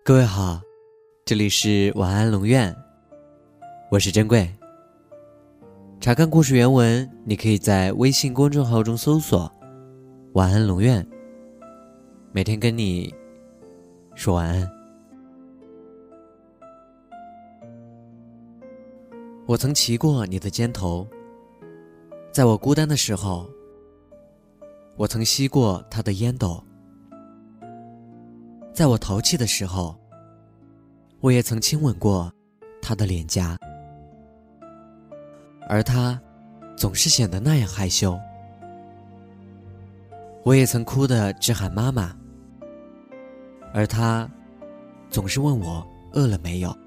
各位好，这里是晚安龙院，我是珍贵。查看故事原文，你可以在微信公众号中搜索晚安龙院，每天跟你说晚安。我曾骑过你的肩头，在我孤单的时候，我曾吸过他的烟斗，在我淘气的时候，我也曾亲吻过他的脸颊，而他总是显得那样害羞。我也曾哭得直喊妈妈，而他总是问我饿了没有。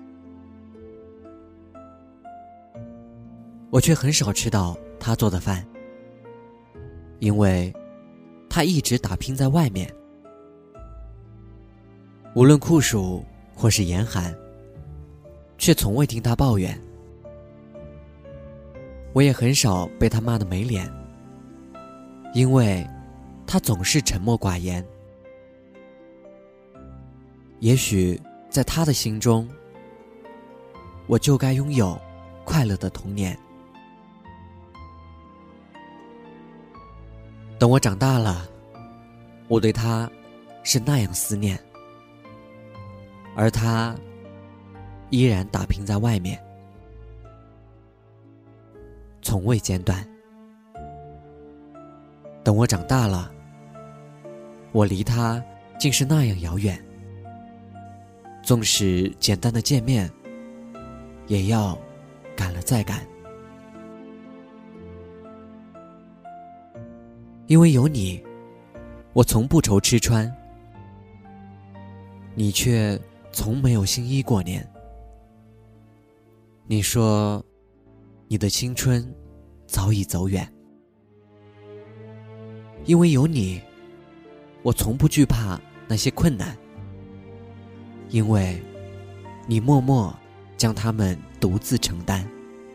我却很少吃到他做的饭，因为他一直打拼在外面。无论酷暑或是严寒，却从未听他抱怨。我也很少被他骂得没脸，因为他总是沉默寡言。也许在他的心中，我就该拥有快乐的童年。等我长大了，我对他是那样思念，而他依然打拼在外面，从未间断。等我长大了，我离他竟是那样遥远，纵使简单的见面，也要赶了再赶。因为有你，我从不愁吃穿，你却从没有新衣过年。你说你的青春早已走远，因为有你，我从不惧怕那些困难，因为你默默将它们独自承担。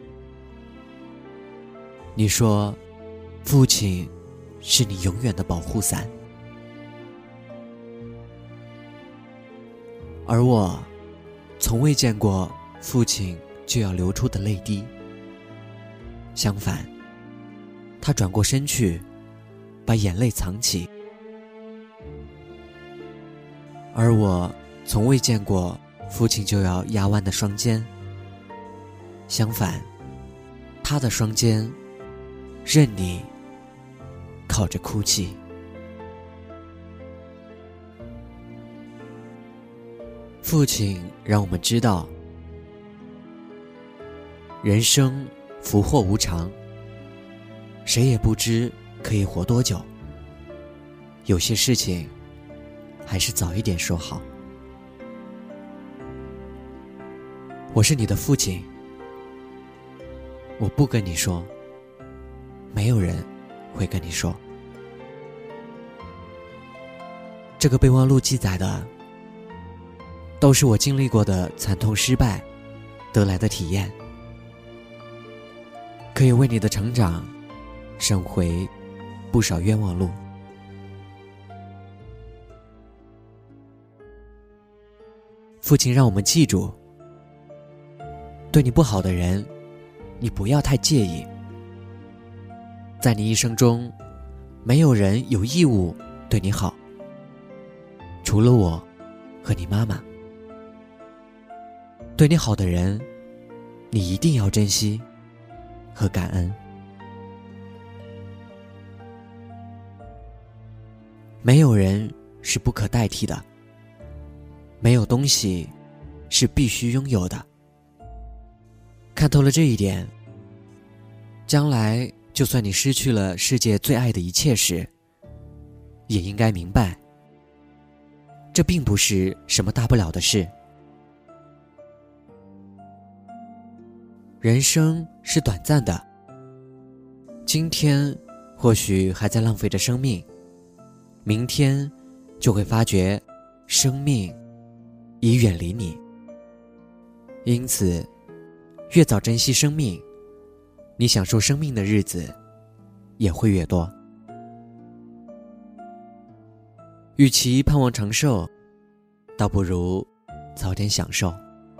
你说父亲是你永远的保护伞，而我从未见过父亲就要流出的泪滴。相反，他转过身去，把眼泪藏起。而我从未见过父亲就要压弯的双肩。相反，他的双肩任你靠着哭泣。父亲让我们知道，人生福祸无常，谁也不知可以活多久。有些事情还是早一点说好。我是你的父亲，我不跟你说，没有人会跟你说。这个备忘录记载的都是我经历过的惨痛失败得来的体验，可以为你的成长省回不少冤枉路。父亲让我们记住，对你不好的人，你不要太介意。在你一生中，没有人有义务对你好，除了我和你妈妈。对你好的人，你一定要珍惜和感恩。没有人是不可代替的，没有东西是必须拥有的。看透了这一点，将来就算你失去了世界最爱的一切时，也应该明白，这并不是什么大不了的事。人生是短暂的，今天或许还在浪费着生命，明天就会发觉生命已远离你。因此，越早珍惜生命，你享受生命的日子也会越多。与其盼望长寿，倒不如早点享受。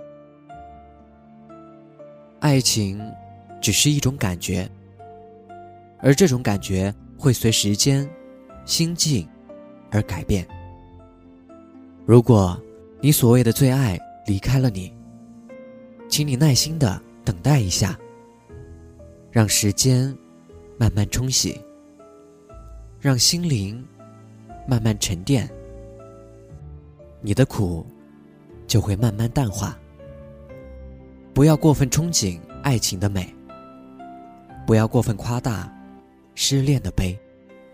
爱情只是一种感觉，而这种感觉会随时间、心境而改变。如果你所谓的最爱离开了你，请你耐心地等待一下，让时间慢慢冲洗，让心灵慢慢沉淀，你的苦就会慢慢淡化。不要过分憧憬爱情的美，不要过分夸大失恋的悲。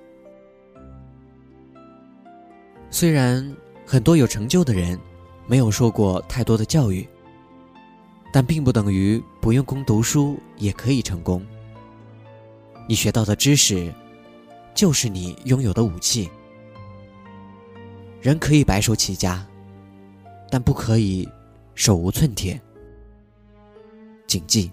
虽然很多有成就的人没有受过太多的教育，但并不等于不用功读书也可以成功。你学到的知识就是你拥有的武器。人可以白手起家，但不可以手无寸铁。谨记，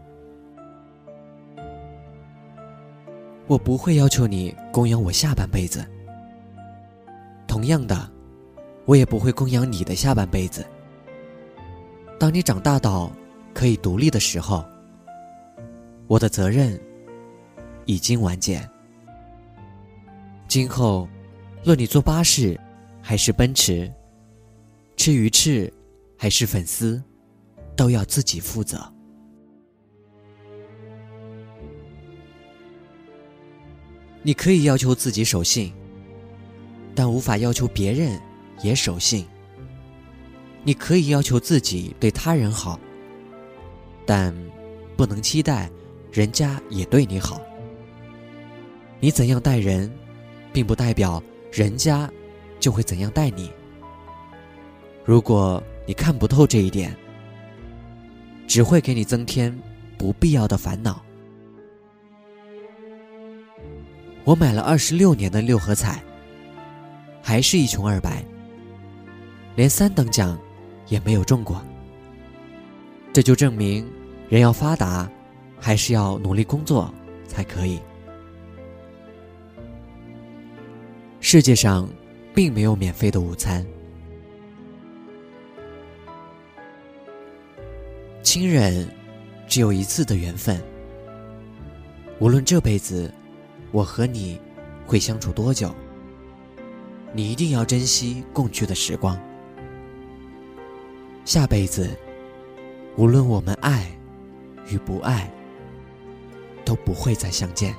我不会要求你供养我下半辈子，同样的，我也不会供养你的下半辈子。当你长大到可以独立的时候，我的责任已经完结。今后论你坐巴士还是奔驰，吃鱼翅还是粉丝，都要自己负责。你可以要求自己守信，但无法要求别人也守信。你可以要求自己对他人好，但不能期待人家也对你好。你怎样待人，并不代表人家就会怎样待你。如果你看不透这一点，只会给你增添不必要的烦恼。我买了26年的6合彩，还是一穷二白，连3等奖也没有中过。这就证明人要发达，还是要努力工作才可以。世界上并没有免费的午餐。亲人只有一次的缘分，无论这辈子我和你会相处多久，你一定要珍惜共聚的时光。下辈子无论我们爱与不爱，都不会再相见。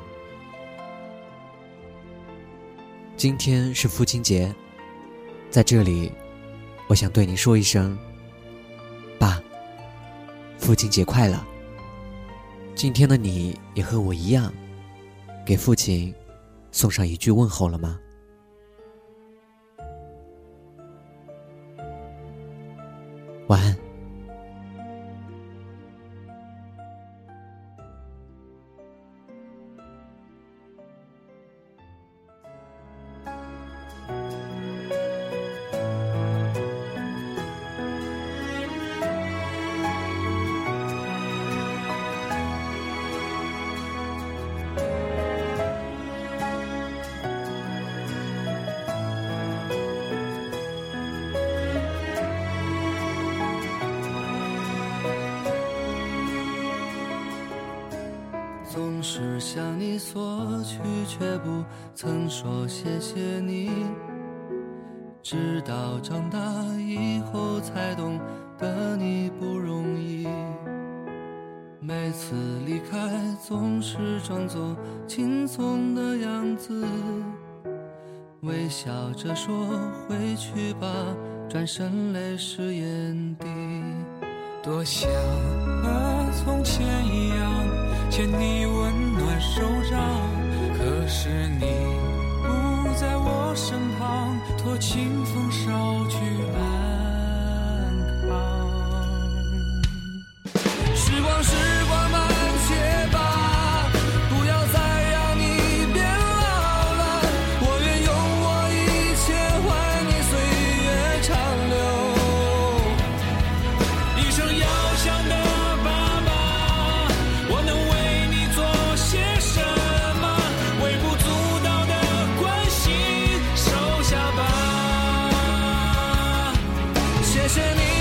今天是父亲节，在这里我想对你说一声，爸，父亲节快乐。今天的你也和我一样，给父亲送上一句问候了吗？晚安。 总是向你索取，却不曾说谢谢你。直到长大以后才懂得你不容易。每次离开总是装作轻松的样子，微笑着说回去吧，转身泪湿眼底。 多想和从前一样牵你温暖手掌，可是你不在我身旁，托清风捎去安康。 时光慢些吧，不要再让你变老了，我愿用我一切换你岁月长流。一生要想的爸爸，我能为你做些什么？微不足道的关心收下吧，谢谢你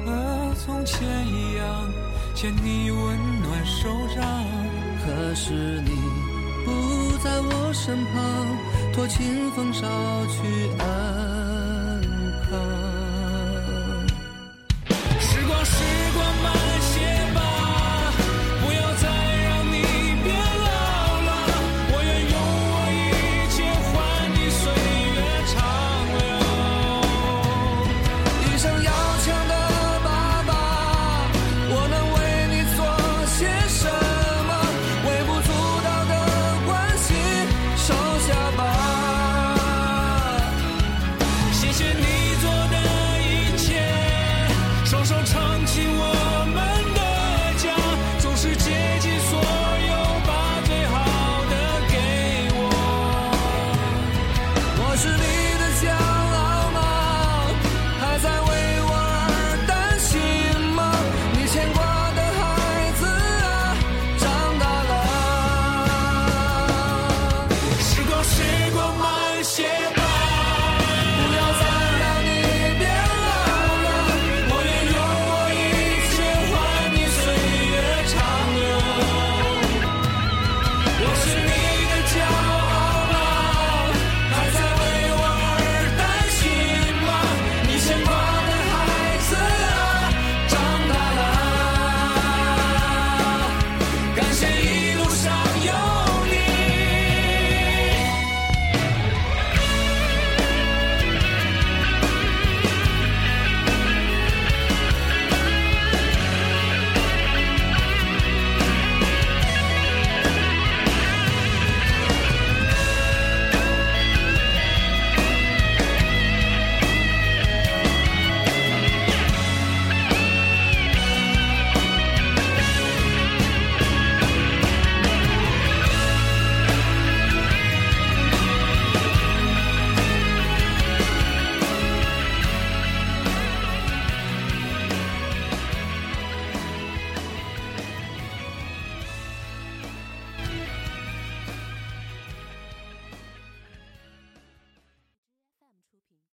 和从前一样，牵你温暖手掌。 可是你不在我身旁，托清风捎去安